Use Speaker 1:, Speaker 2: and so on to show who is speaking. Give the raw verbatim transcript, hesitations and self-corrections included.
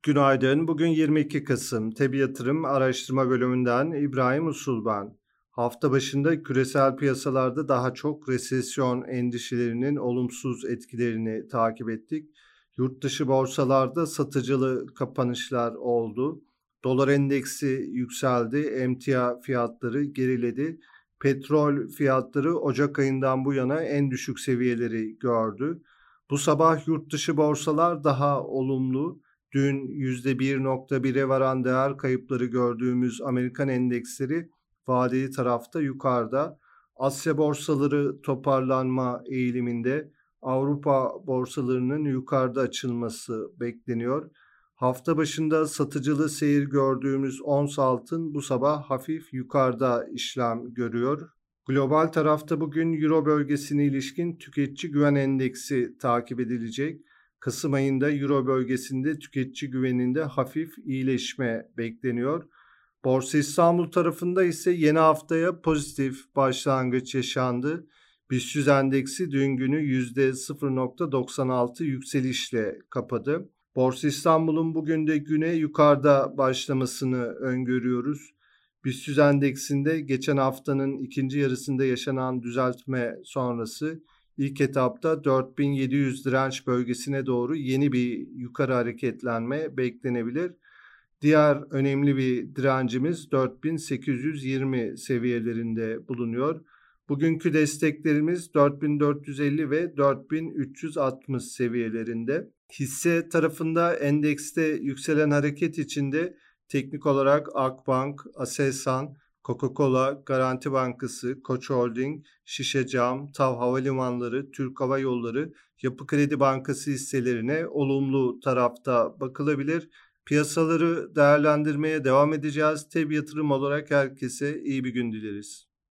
Speaker 1: Günaydın. Bugün yirmi iki Kasım. TEB Yatırım Araştırma Bölümünden İbrahim Usul ben. Hafta başında küresel piyasalarda daha çok resesyon endişelerinin olumsuz etkilerini takip ettik. Yurt dışı borsalarda satıcılı kapanışlar oldu. Dolar endeksi yükseldi, emtia fiyatları geriledi. Petrol fiyatları Ocak ayından bu yana en düşük seviyeleri gördü. Bu sabah yurt dışı borsalar daha olumlu. Dün yüzde bir nokta bire varan değer kayıpları gördüğümüz Amerikan endeksleri vadeli tarafta yukarıda. Asya borsaları toparlanma eğiliminde. Avrupa borsalarının yukarıda açılması bekleniyor. Hafta başında satıcılı seyir gördüğümüz ons altın bu sabah hafif yukarıda işlem görüyor. Global tarafta bugün Euro bölgesine ilişkin tüketici güven endeksi takip edilecek. Kasım ayında Euro bölgesinde tüketici güveninde hafif iyileşme bekleniyor. Borsa İstanbul tarafında ise yeni haftaya pozitif başlangıç yaşandı. BIST yüz endeksi dün günü yüzde sıfır nokta doksan altı yükselişle kapadı. Borsa İstanbul'un bugün de güne yukarıda başlamasını öngörüyoruz. BIST yüz endeksinde geçen haftanın ikinci yarısında yaşanan düzeltme sonrası İlk etapta dört bin yedi yüz direnç bölgesine doğru yeni bir yukarı hareketlenme beklenebilir. Diğer önemli bir direncimiz dört bin sekiz yüz yirmi seviyelerinde bulunuyor. Bugünkü desteklerimiz dört bin dört yüz elli ve dört bin üç yüz altmış seviyelerinde. Hisse tarafında endekste yükselen hareket içinde teknik olarak Akbank, Aselsan, Coca-Cola, Garanti Bankası, Koç Holding, Şişecam, TAV Havalimanları, Türk Hava Yolları, Yapı Kredi Bankası hisselerine olumlu tarafta bakılabilir. Piyasaları değerlendirmeye devam edeceğiz. TEB Yatırım olarak herkese iyi bir gün dileriz.